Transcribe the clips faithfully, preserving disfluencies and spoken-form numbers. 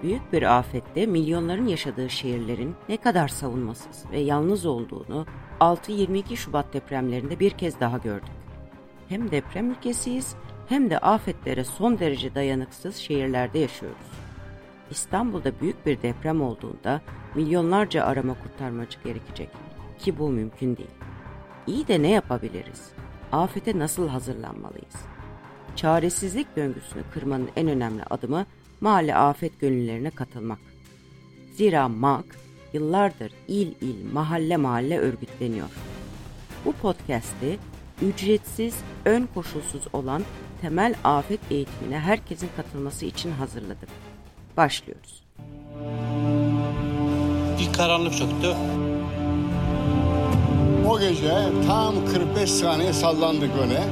Büyük bir afette milyonların yaşadığı şehirlerin ne kadar savunmasız ve yalnız olduğunu altı yirmi iki Şubat depremlerinde bir kez daha gördük. Hem deprem ülkesiyiz hem de afetlere son derece dayanıksız şehirlerde yaşıyoruz. İstanbul'da büyük bir deprem olduğunda milyonlarca arama kurtarmacı gerekecek ki bu mümkün değil. İyi de ne yapabiliriz? Afete nasıl hazırlanmalıyız? Çaresizlik döngüsünü kırmanın en önemli adımı mahalle afet gönüllülerine katılmak. Zira MAG yıllardır il il, mahalle mahalle örgütleniyor. Bu podcast'i ücretsiz, ön koşulsuz olan temel afet eğitimine herkesin katılması için hazırladık. Başlıyoruz. Bir karanlık çöktü. O gece tam kırk beş saniye sallandık öne.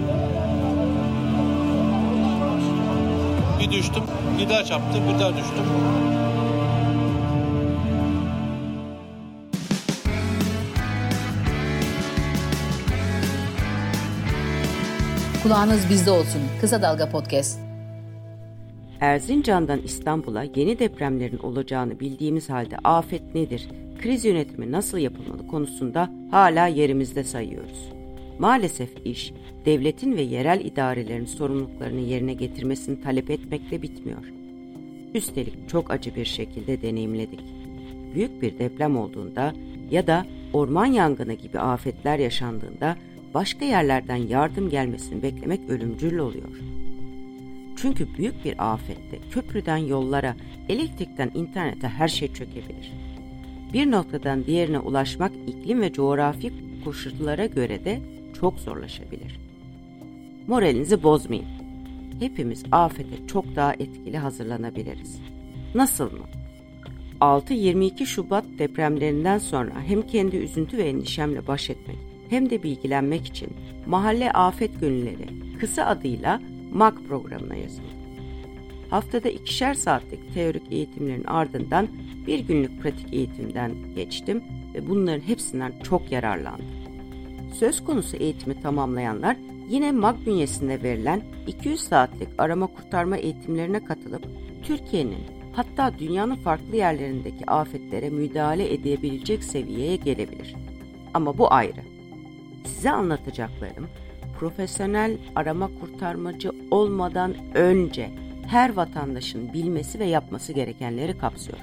Bir düştüm, bir daha çarptı, bir daha düştüm. Kulağınız bizde olsun. Kısa Dalga Podcast. Erzincan'dan İstanbul'a yeni depremlerin olacağını bildiğimiz halde afet nedir, kriz yönetimi nasıl yapılmalı konusunda hala yerimizde sayıyoruz. Maalesef iş, devletin ve yerel idarelerin sorumluluklarını yerine getirmesini talep etmekle bitmiyor. Üstelik çok acı bir şekilde deneyimledik. Büyük bir deprem olduğunda ya da orman yangını gibi afetler yaşandığında başka yerlerden yardım gelmesini beklemek ölümcül oluyor. Çünkü büyük bir afette köprüden yollara, elektrikten internete her şey çökebilir. Bir noktadan diğerine ulaşmak iklim ve coğrafi koşullara göre de çok zorlaşabilir. Moralinizi bozmayın. Hepimiz afete çok daha etkili hazırlanabiliriz. Nasıl mı? altı yirmi iki Şubat depremlerinden sonra hem kendi üzüntü ve endişemle baş etmek hem de bilgilenmek için Mahalle Afet Gönülleri, kısa adıyla MAG programına yazıldım. Haftada ikişer saatlik teorik eğitimlerin ardından bir günlük pratik eğitimden geçtim ve bunların hepsinden çok yararlandım. Söz konusu eğitimi tamamlayanlar yine MAG bünyesinde verilen iki yüz saatlik arama kurtarma eğitimlerine katılıp Türkiye'nin hatta dünyanın farklı yerlerindeki afetlere müdahale edebilecek seviyeye gelebilir. Ama bu ayrı. Size anlatacaklarım profesyonel arama kurtarmacı olmadan önce her vatandaşın bilmesi ve yapması gerekenleri kapsıyor.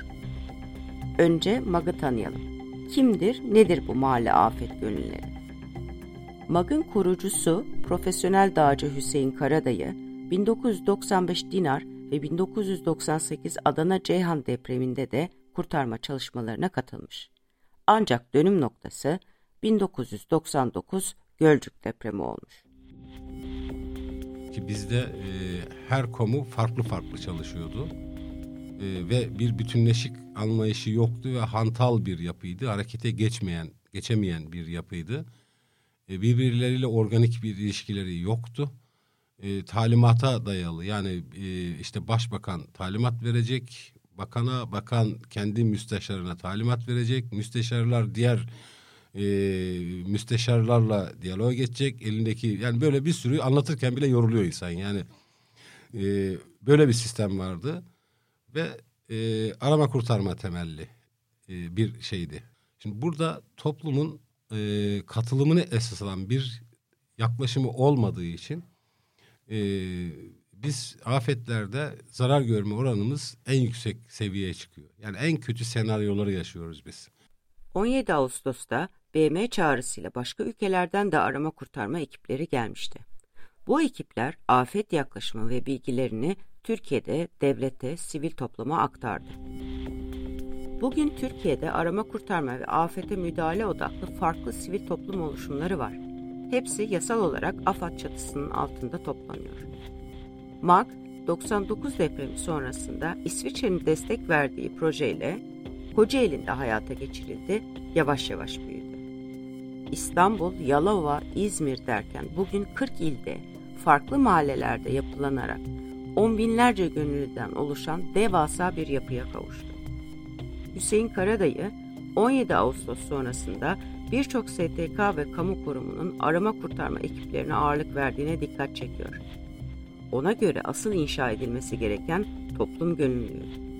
Önce MAG'ı tanıyalım. Kimdir, nedir bu mahalle afet gönülleri? MAG'ın kurucusu profesyonel dağcı Hüseyin Karadayı, bin dokuz yüz doksan beş Dinar ve bin dokuz yüz doksan sekiz Adana Ceyhan depreminde de kurtarma çalışmalarına katılmış. Ancak dönüm noktası bin dokuz yüz doksan dokuz Gölcük depremi olmuş. Ki bizde e, her komu farklı farklı çalışıyordu e, ve bir bütünleşik anlayışı yoktu ve hantal bir yapıydı, harekete geçmeyen, geçemeyen bir yapıydı. E, birbirleriyle organik bir ilişkileri yoktu. E, talimata dayalı, yani e, işte başbakan talimat verecek, bakana, bakan kendi müsteşarına talimat verecek, müsteşarlar diğer e, müsteşarlarla diyaloğa geçecek, elindeki, yani böyle bir sürü anlatırken bile yoruluyor insan, yani e, böyle bir sistem vardı ve e, arama kurtarma temelli e, bir şeydi. Şimdi burada toplumun e, katılımını esas alan bir yaklaşımı olmadığı için e, biz afetlerde zarar görme oranımız en yüksek seviyeye çıkıyor. Yani en kötü senaryoları yaşıyoruz biz. on yedi Ağustos'ta B M çağrısıyla başka ülkelerden de arama kurtarma ekipleri gelmişti. Bu ekipler afet yaklaşımı ve bilgilerini Türkiye'de devlete, sivil topluma aktardı. Bugün Türkiye'de arama kurtarma ve afete müdahale odaklı farklı sivil toplum oluşumları var. Hepsi yasal olarak AFAD çatısının altında toplanıyor. MAG, doksan dokuz depremi sonrasında İsviçre'nin destek verdiği projeyle Kocaeli'nde hayata geçirildi, yavaş yavaş büyüdü. İstanbul, Yalova, İzmir derken bugün kırk ilde, farklı mahallelerde yapılanarak on binlerce gönüllüden oluşan devasa bir yapıya kavuştu. Hüseyin Karadayı, on yedi Ağustos sonrasında birçok S T K ve kamu kurumunun arama kurtarma ekiplerine ağırlık verdiğine dikkat çekiyor. Ona göre asıl inşa edilmesi gereken toplum gönüllülüğü.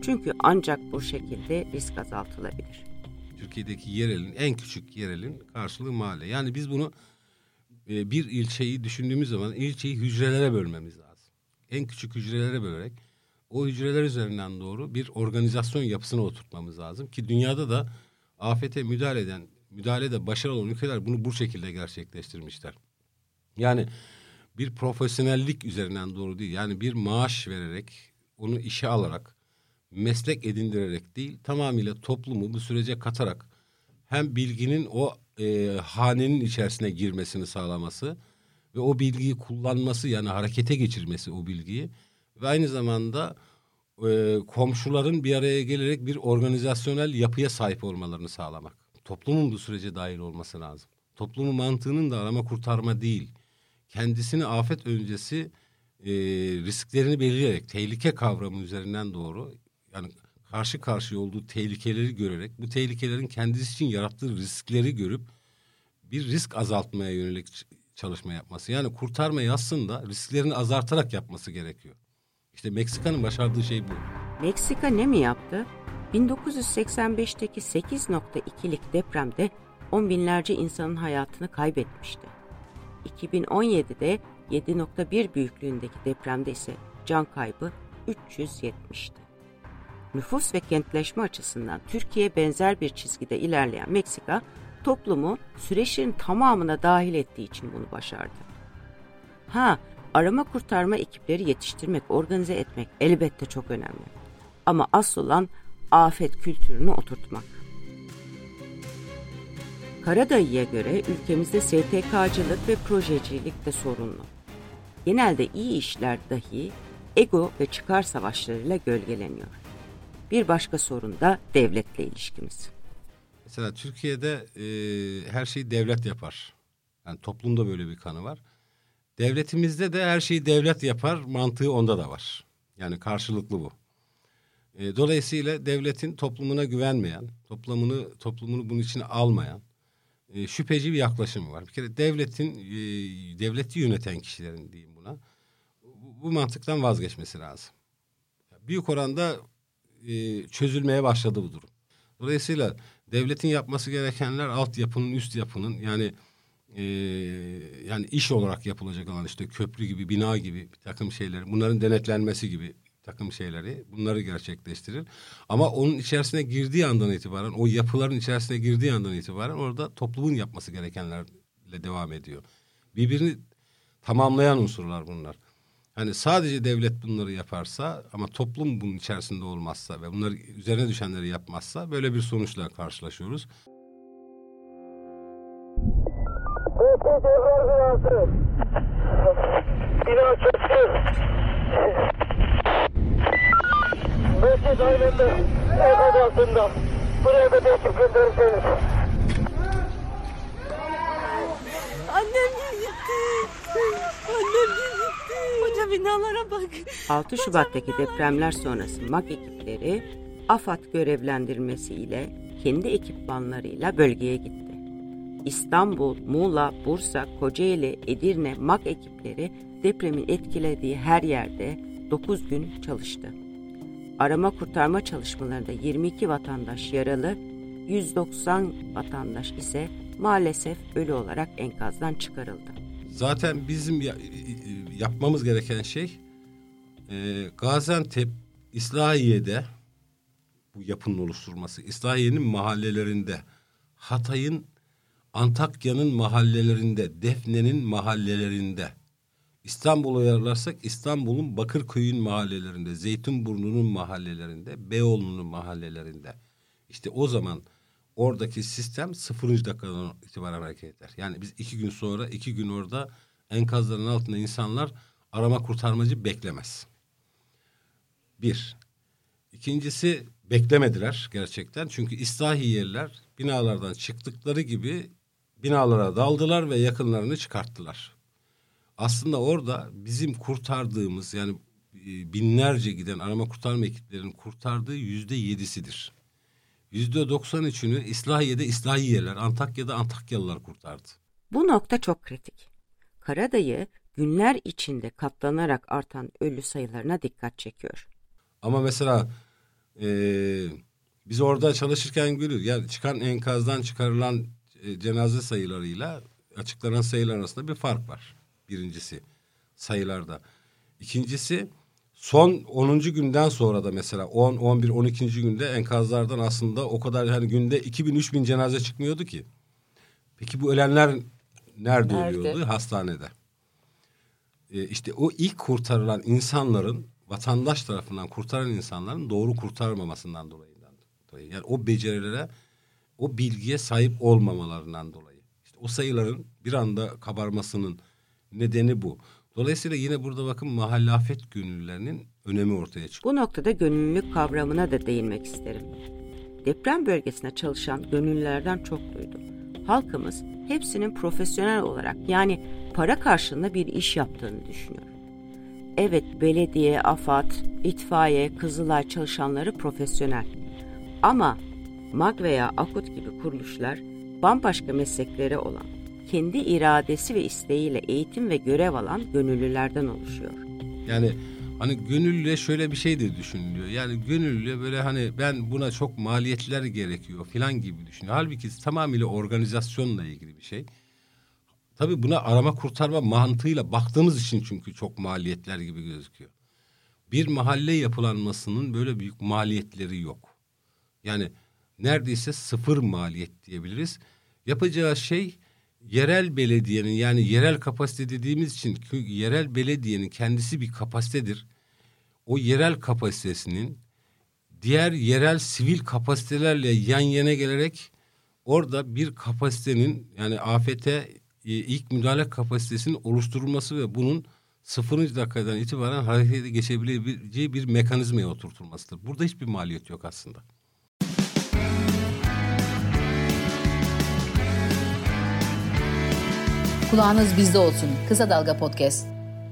Çünkü ancak bu şekilde risk azaltılabilir. Türkiye'deki yerelin, en küçük yerelin karşılığı mahalle. Yani biz bunu e, bir ilçeyi düşündüğümüz zaman ilçeyi hücrelere bölmemiz lazım. En küçük hücrelere bölerek o hücreler üzerinden doğru bir organizasyon yapısına oturtmamız lazım ki dünyada da afete müdahale eden, müdahalede başarılı olan ülkeler bunu bu şekilde gerçekleştirmişler. Yani bir profesyonellik üzerinden doğru değil. Yani bir maaş vererek, onu işe alarak, meslek edindirerek değil, tamamıyla toplumu bu sürece katarak hem bilginin o e, hanenin içerisine girmesini sağlaması ve o bilgiyi kullanması, yani harekete geçirmesi o bilgiyi ve aynı zamanda e, komşuların bir araya gelerek bir organizasyonel yapıya sahip olmalarını sağlamak. Toplumun bu sürece dahil olması lazım. Toplumun mantığının da arama kurtarma değil, kendisini afet öncesi e, risklerini belirleyerek, tehlike kavramı üzerinden doğru, yani karşı karşıya olduğu tehlikeleri görerek, bu tehlikelerin kendisi için yarattığı riskleri görüp bir risk azaltmaya yönelik çalışma yapması. Yani kurtarmayı aslında risklerini azaltarak yapması gerekiyor. İşte Meksika'nın başardığı şey bu. Meksika ne mi yaptı? bin dokuz yüz seksen beşteki sekiz nokta ikilik depremde on binlerce insanın hayatını kaybetmişti. iki bin on yedide yedi nokta bir büyüklüğündeki depremde ise can kaybı üç yüz yetmişti. Nüfus ve kentleşme açısından Türkiye'ye benzer bir çizgide ilerleyen Meksika, toplumu süreçlerin tamamına dahil ettiği için bunu başardı. Ha, arama kurtarma ekipleri yetiştirmek, organize etmek elbette çok önemli. Ama asıl olan afet kültürünü oturtmak. Karadayı'ya göre ülkemizde S T K'cılık ve projecilik de sorunlu. Genelde iyi işler dahi ego ve çıkar savaşlarıyla gölgeleniyor. Bir başka sorun da devletle ilişkimiz. Mesela Türkiye'de e, her şeyi devlet yapar. Yani toplumda böyle bir kanı var. Devletimizde de her şeyi devlet yapar mantığı onda da var. Yani karşılıklı bu. E, dolayısıyla devletin toplumuna güvenmeyen, toplumunu toplumunu bunun içine almayan e, şüpheci bir yaklaşımı var. Bir kere devletin e, devleti yöneten kişilerin diyeyim buna bu, bu mantıktan vazgeçmesi lazım. Büyük oranda e, çözülmeye başladı bu durum. Dolayısıyla devletin yapması gerekenler altyapının, üst yapının yani e, yani iş olarak yapılacak olan işte köprü gibi, bina gibi bir takım şeyler, bunların denetlenmesi gibi bir takım şeyleri, bunları gerçekleştirir. Ama onun içerisine girdiği andan itibaren, o yapıların içerisine girdiği andan itibaren orada toplumun yapması gerekenlerle devam ediyor. Birbirini tamamlayan unsurlar bunlar. Hani sadece devlet bunları yaparsa ama toplum bunun içerisinde olmazsa ve bunları üzerine düşenleri yapmazsa böyle bir sonuçla karşılaşıyoruz. Peki devler binası. Bina çöktü. Mescid ailinde enkaz altında. Buraya da teşrif gönderirseniz. Annem gitti. Annem gitti. Koca binalara bak. altı Şubat'taki depremler sonrası M A K ekipleri AFAD görevlendirmesiyle kendi ekipmanlarıyla bölgeye gitti. İstanbul, Muğla, Bursa, Kocaeli, Edirne M A K ekipleri depremin etkilediği her yerde dokuz gün çalıştı. Arama kurtarma çalışmalarında yirmi iki vatandaş yaralı, yüz doksan vatandaş ise maalesef ölü olarak enkazdan çıkarıldı. Zaten bizim ya, yapmamız gereken şey e, Gaziantep, İslahiye'de bu yapının oluşturulması, İslahiye'nin mahallelerinde, Hatay'ın, Antakya'nın mahallelerinde, Defne'nin mahallelerinde, İstanbul'a uyarlarsak İstanbul'un Bakırköy'ün mahallelerinde, Zeytinburnu'nun mahallelerinde, Beyoğlu'nun mahallelerinde. İşte o zaman oradaki sistem sıfırıncı dakikadan itibaren hareket eder. Yani biz iki gün sonra, iki gün orada enkazların altında insanlar arama kurtarmacı beklemez. Bir. İkincisi beklemediler gerçekten. Çünkü İslahiyeliler binalardan çıktıkları gibi binalara daldılar ve yakınlarını çıkarttılar. Aslında orada bizim kurtardığımız yani binlerce giden arama kurtarma ekiplerinin kurtardığı yüzde yedisidir. Yüzde doksan üçünü İslahiye'de İslahiyeler, Antakya'da Antakyalılar kurtardı. Bu nokta çok kritik. Karadayı günler içinde katlanarak artan ölü sayılarına dikkat çekiyor. Ama mesela Ee, biz orada çalışırken görüyoruz. Yani çıkan enkazdan çıkarılan e, cenaze sayılarıyla açıklanan sayılar arasında bir fark var. Birincisi sayılarda. İkincisi son onuncu günden sonra da mesela on, on bir, on ikinci günde enkazlardan aslında o kadar hani günde iki bin, üç bin cenaze çıkmıyordu ki. Peki bu ölenler nerede, nerede? ölüyordu? Hastanede. Ee, işte o ilk kurtarılan insanların, vatandaş tarafından kurtaran insanların doğru kurtarmamasından dolayı. Yani o becerilere, o bilgiye sahip olmamalarından dolayı. İşte o sayıların bir anda kabarmasının nedeni bu. Dolayısıyla yine burada bakın mahalle afet gönüllülerinin önemi ortaya çıkıyor. Bu noktada gönüllülük kavramına da değinmek isterim. Deprem bölgesine çalışan gönüllülerden çok duydum. Halkımız hepsinin profesyonel olarak yani para karşılığında bir iş yaptığını düşünüyor. Evet, belediye, AFAD, itfaiye, Kızılay çalışanları profesyonel. Ama MAG veya AKUT gibi kuruluşlar bambaşka meslekleri olan, kendi iradesi ve isteğiyle eğitim ve görev alan gönüllülerden oluşuyor. Yani hani gönüllüye şöyle bir şey de düşünülüyor. Yani gönüllüye böyle hani ben buna çok maliyetler gerekiyor falan gibi düşünüyor. Halbuki tamamıyla organizasyonla ilgili bir şey. Tabii buna arama kurtarma mantığıyla baktığımız için çünkü çok maliyetler gibi gözüküyor. Bir mahalle yapılanmasının böyle büyük maliyetleri yok. Yani neredeyse sıfır maliyet diyebiliriz. Yapacağı şey yerel belediyenin yani yerel kapasite dediğimiz için yerel belediyenin kendisi bir kapasitedir. O yerel kapasitesinin diğer yerel sivil kapasitelerle yan yana gelerek orada bir kapasitenin yani afete ilk müdahale kapasitesinin oluşturulması ve bunun sıfırıncı dakikadan itibaren harekete geçebileceği bir mekanizmaya oturtulmasıdır. Burada hiçbir maliyet yok aslında. Kulağınız bizde olsun. Kısa Dalga Podcast.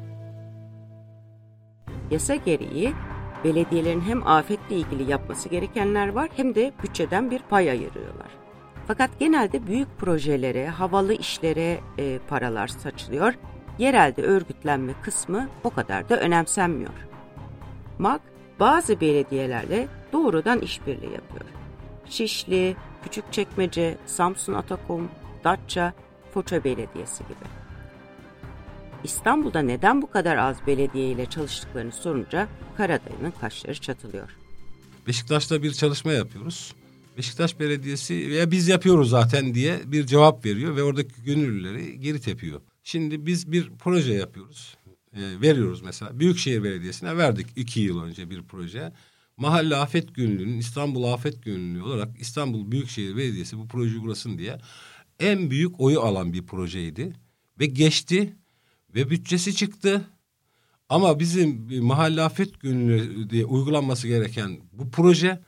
Yasa gereği belediyelerin hem afetle ilgili yapması gerekenler var hem de bütçeden bir pay ayırıyorlar. Fakat genelde büyük projelere, havalı işlere e, paralar saçılıyor. Yerelde örgütlenme kısmı o kadar da önemsenmiyor. MAG bazı belediyelerle doğrudan işbirliği yapıyor. Şişli, Küçükçekmece, Samsun Atakum, Datça, Foça Belediyesi gibi. İstanbul'da neden bu kadar az belediye ile çalıştıklarını sorunca Karadayı'nın kaşları çatılıyor. Beşiktaş'ta bir çalışma yapıyoruz. Beşiktaş Belediyesi veya biz yapıyoruz zaten diye bir cevap veriyor ve oradaki gönüllüleri geri tepiyor. Şimdi biz bir proje yapıyoruz. E, veriyoruz mesela. Büyükşehir Belediyesi'ne verdik iki yıl önce bir proje. Mahalle Afet Gönüllü'nün İstanbul Afet Gönüllü olarak İstanbul Büyükşehir Belediyesi bu projeyi uygulasın diye en büyük oyu alan bir projeydi. Ve geçti ve bütçesi çıktı. Ama bizim Mahalle Afet Gönüllü diye uygulanması gereken bu proje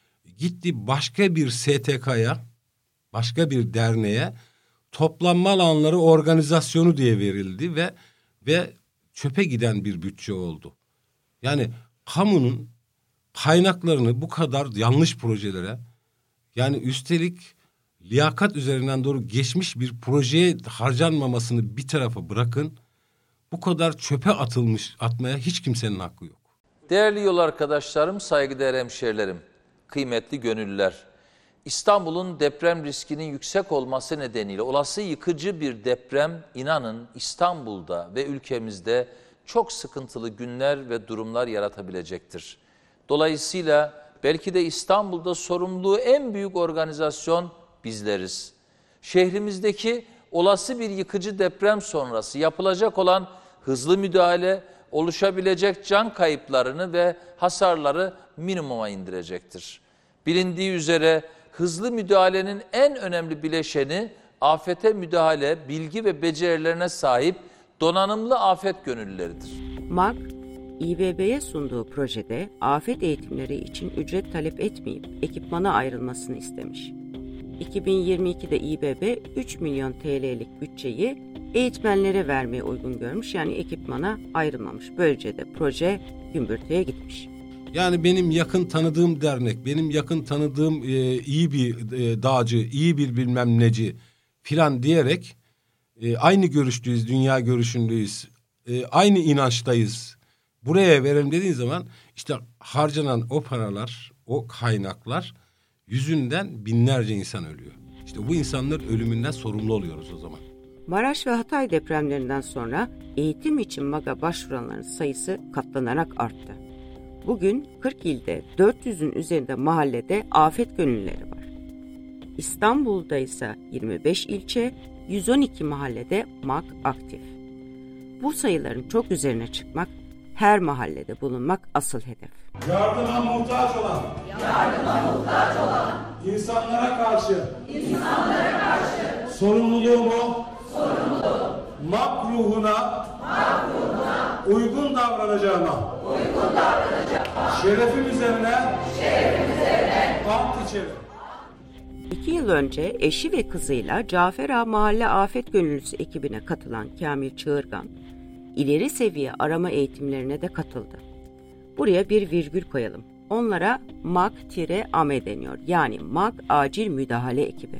gitti başka bir S T K'ya, başka bir derneğe toplanma alanları organizasyonu diye verildi ve ve çöpe giden bir bütçe oldu. Yani kamunun kaynaklarını bu kadar yanlış projelere yani üstelik liyakat üzerinden doğru geçmiş bir projeye harcanmamasını bir tarafa bırakın. Bu kadar çöpe atılmış atmaya hiç kimsenin hakkı yok. Değerli yol arkadaşlarım, saygıdeğer hemşehrilerim, kıymetli gönüllüler. İstanbul'un deprem riskinin yüksek olması nedeniyle olası yıkıcı bir deprem inanın İstanbul'da ve ülkemizde çok sıkıntılı günler ve durumlar yaratabilecektir. Dolayısıyla belki de İstanbul'da sorumluluğu en büyük organizasyon bizleriz. Şehrimizdeki olası bir yıkıcı deprem sonrası yapılacak olan hızlı müdahale oluşabilecek can kayıplarını ve hasarları minimuma indirecektir. Bilindiği üzere hızlı müdahalenin en önemli bileşeni afete müdahale, bilgi ve becerilerine sahip donanımlı afet gönüllüleridir. MAG, İ B B'ye sunduğu projede afet eğitimleri için ücret talep etmeyip ekipmana ayrılmasını istemiş. iki bin yirmi ikide İ B B üç milyon T L'lik bütçeyi eğitmenlere vermeye uygun görmüş, yani ekipmana ayrılmamış. Böylece de proje gümbürtüye gitmiş. Yani benim yakın tanıdığım dernek, benim yakın tanıdığım e, iyi bir e, dağcı, iyi bir bilmem neci filan diyerek e, aynı görüştüyüz, dünya görüşündeyiz, e, aynı inançtayız. Buraya verelim dediğin zaman işte harcanan o paralar o kaynaklar yüzünden binlerce insan ölüyor. İşte bu insanların ölümünden sorumlu oluyoruz o zaman. Maraş ve Hatay depremlerinden sonra eğitim için MAG'a başvuranların sayısı katlanarak arttı. Bugün kırk ilde dört yüzün üzerinde mahallede afet gönüllüleri var. İstanbul'da ise yirmi beş ilçe, yüz on iki mahallede MAG aktif. Bu sayıların çok üzerine çıkmak, her mahallede bulunmak asıl hedef. Yardıma muhtaç olan, yardıma muhtaç olan, insanlara karşı, insanlara karşı, sorumluluğumu, sorumluluğumu, MAG ruhuna, MAG ruhuna, uygun davranacağıma, uygun davranacağıma, şerefim üzerine, şerefim üzerine, ant içerim. İki yıl önce eşi ve kızıyla Cafer Ağa Mahalle Afet Gönüllüsü ekibine katılan Kamil Çığırgan, ileri seviye arama eğitimlerine de katıldı. Buraya bir virgül koyalım. Onlara MAG-A M E deniyor. Yani MAG Acil Müdahale Ekibi.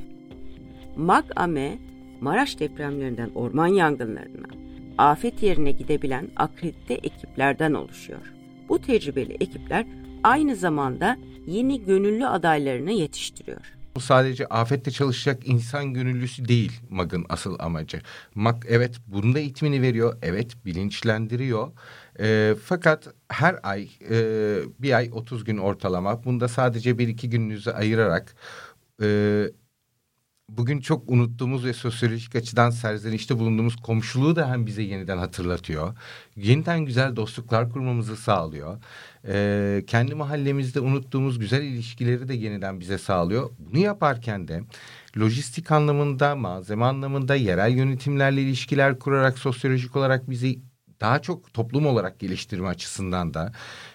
MAG-A M E, Maraş depremlerinden orman yangınlarına, afet yerine gidebilen akredite ekiplerden oluşuyor. Bu tecrübeli ekipler aynı zamanda yeni gönüllü adaylarını yetiştiriyor. Bu sadece afette çalışacak insan gönüllüsü değil MAG'ın asıl amacı. MAG evet bunun da eğitimini veriyor, evet bilinçlendiriyor. E, fakat her ay e, bir ay otuz gün ortalama, bunda sadece bir iki gününüzü ayırarak e, bugün çok unuttuğumuz ve sosyolojik açıdan serzenişte bulunduğumuz komşuluğu da hem bize yeniden hatırlatıyor. Yeniden güzel dostluklar kurmamızı sağlıyor. Ee, kendi mahallemizde unuttuğumuz güzel ilişkileri de yeniden bize sağlıyor. Bunu yaparken de lojistik anlamında, malzeme anlamında yerel yönetimlerle ilişkiler kurarak sosyolojik olarak bizi daha çok toplum olarak geliştirme açısından da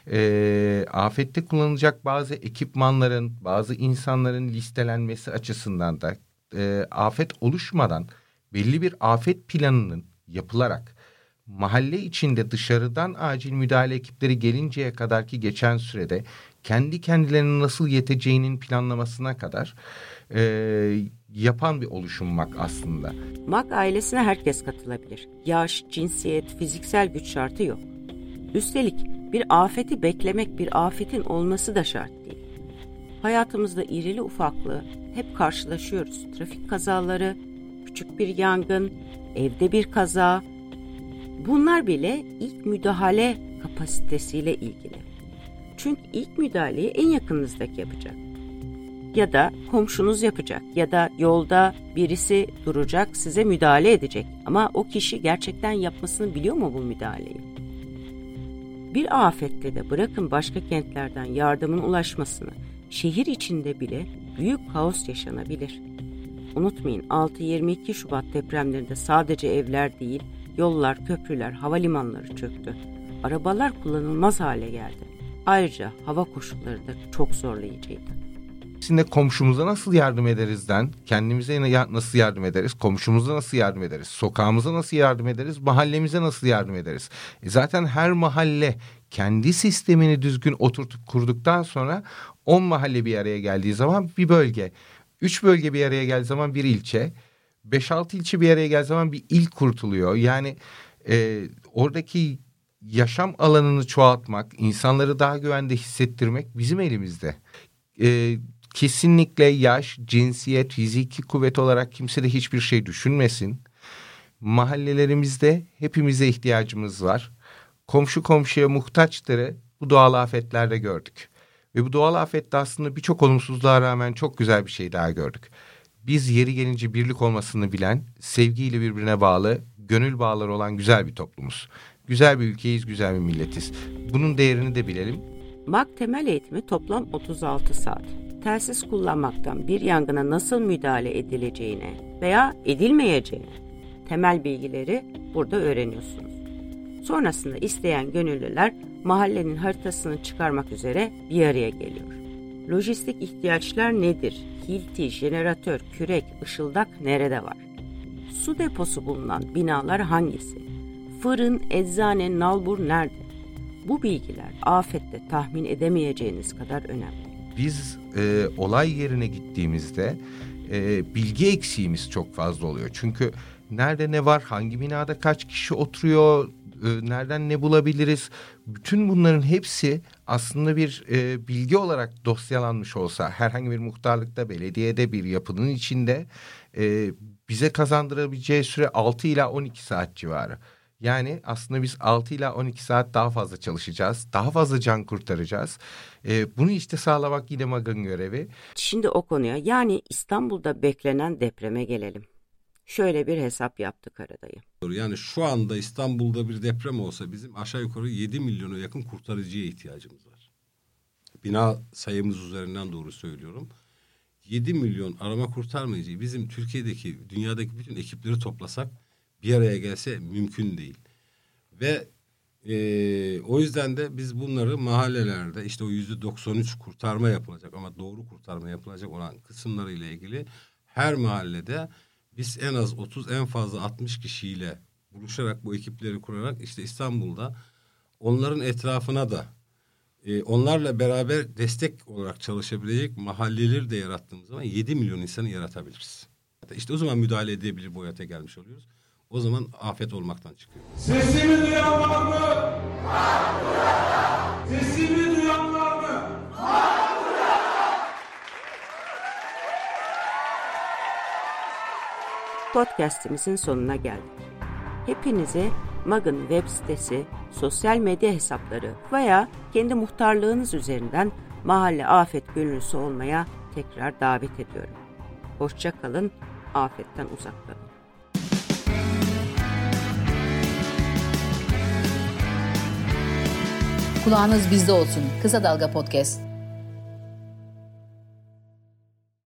e, afette kullanılacak bazı ekipmanların, bazı insanların listelenmesi açısından da e, afet oluşmadan belli bir afet planının yapılarak mahalle içinde dışarıdan acil müdahale ekipleri gelinceye kadar ki geçen sürede kendi kendilerine nasıl yeteceğinin planlamasına kadar e, yapan bir oluşum MAG aslında. MAG ailesine herkes katılabilir. Yaş, cinsiyet, fiziksel güç şartı yok. Üstelik bir afeti beklemek bir afetin olması da şart değil. Hayatımızda irili ufaklı hep karşılaşıyoruz. Trafik kazaları, küçük bir yangın, evde bir kaza. Bunlar bile ilk müdahale kapasitesiyle ilgili. Çünkü ilk müdahaleyi en yakınınızdaki yapacak. Ya da komşunuz yapacak ya da yolda birisi duracak size müdahale edecek. Ama o kişi gerçekten yapmasını biliyor mu bu müdahaleyi? Bir afette de bırakın başka kentlerden yardımın ulaşmasını, şehir içinde bile büyük kaos yaşanabilir. Unutmayın altı yirmi iki Şubat depremlerinde sadece evler değil, yollar, köprüler, havalimanları çöktü. Arabalar kullanılmaz hale geldi. Ayrıca hava koşulları da çok zorlayıcıydı. Şimdi komşumuza nasıl yardım ederizden, kendimize nasıl yardım ederiz, komşumuza nasıl yardım ederiz, sokağımıza nasıl yardım ederiz, mahallemize nasıl yardım ederiz? E zaten her mahalle kendi sistemini düzgün oturtup kurduktan sonra on mahalle bir araya geldiği zaman bir bölge, üç bölge bir araya geldiği zaman bir ilçe, beş altı ilçe bir araya geldiği zaman bir il kurtuluyor. Yani e, oradaki yaşam alanını çoğaltmak, insanları daha güvende hissettirmek bizim elimizde. E, kesinlikle yaş, cinsiyet, fiziki kuvvet olarak kimse de hiçbir şey düşünmesin. Mahallelerimizde hepimize ihtiyacımız var. Komşu komşuya muhtaçları bu doğal afetlerde gördük. Ve bu doğal afette aslında birçok olumsuzluğa rağmen çok güzel bir şey daha gördük. Biz yeri gelince birlik olmasını bilen, sevgiyle birbirine bağlı, gönül bağları olan güzel bir toplumuz. Güzel bir ülkeyiz, güzel bir milletiz. Bunun değerini de bilelim. MAG temel eğitimi toplam otuz altı saat. Telsiz kullanmaktan bir yangına nasıl müdahale edileceğine veya edilmeyeceğine temel bilgileri burada öğreniyorsunuz. Sonrasında isteyen gönüllüler mahallenin haritasını çıkarmak üzere bir araya geliyor. Lojistik ihtiyaçlar nedir? Hilti, jeneratör, kürek, ışıldak nerede var? Su deposu bulunan binalar hangisi? Fırın, eczane, nalbur nerede? Bu bilgiler afette tahmin edemeyeceğiniz kadar önemli. Biz e, olay yerine gittiğimizde e, bilgi eksiğimiz çok fazla oluyor. Çünkü nerede ne var, hangi binada kaç kişi oturuyor, e, nereden ne bulabiliriz? Bütün bunların hepsi aslında bir e, bilgi olarak dosyalanmış olsa, herhangi bir muhtarlıkta, belediyede, bir yapının içinde e, bize kazandırabileceği süre altı ila on iki saat civarı. Yani aslında biz altı ila on iki saat daha fazla çalışacağız. Daha fazla can kurtaracağız. Ee, bunu işte sağlamak yine MAG'ın görevi. Şimdi o konuya, yani İstanbul'da beklenen depreme gelelim. Şöyle bir hesap yaptı Karadayı. Yani şu anda İstanbul'da bir deprem olsa bizim aşağı yukarı yedi milyona yakın kurtarıcıya ihtiyacımız var. Bina sayımız üzerinden doğru söylüyorum. yedi milyon arama kurtarmayıcıyı bizim Türkiye'deki, dünyadaki bütün ekipleri toplasak bir araya gelse mümkün değil. Ve e, o yüzden de biz bunları mahallelerde, işte o yüzde doksan üç kurtarma yapılacak ama doğru kurtarma yapılacak olan kısımlarıyla ilgili her mahallede biz en az otuz, en fazla altmış kişiyle buluşarak, bu ekipleri kurarak işte İstanbul'da onların etrafına da e, onlarla beraber destek olarak çalışabilecek mahalleleri de yarattığımız zaman yedi milyon insanı yaratabiliriz. İşte o zaman müdahale edebilir boyuta gelmiş oluyoruz. O zaman afet olmaktan çıkıyor. Sesimi duyan var mı? Sesimi duyan var mı? Podcast'imizin sonuna geldik. Hepinizi MAG'ın web sitesi, sosyal medya hesapları veya kendi muhtarlığınız üzerinden mahalle afet gönüllüsü olmaya tekrar davet ediyorum. Hoşça kalın, afetten uzak kalın. Kulağınız bizde olsun. Kısa Dalga Podcast.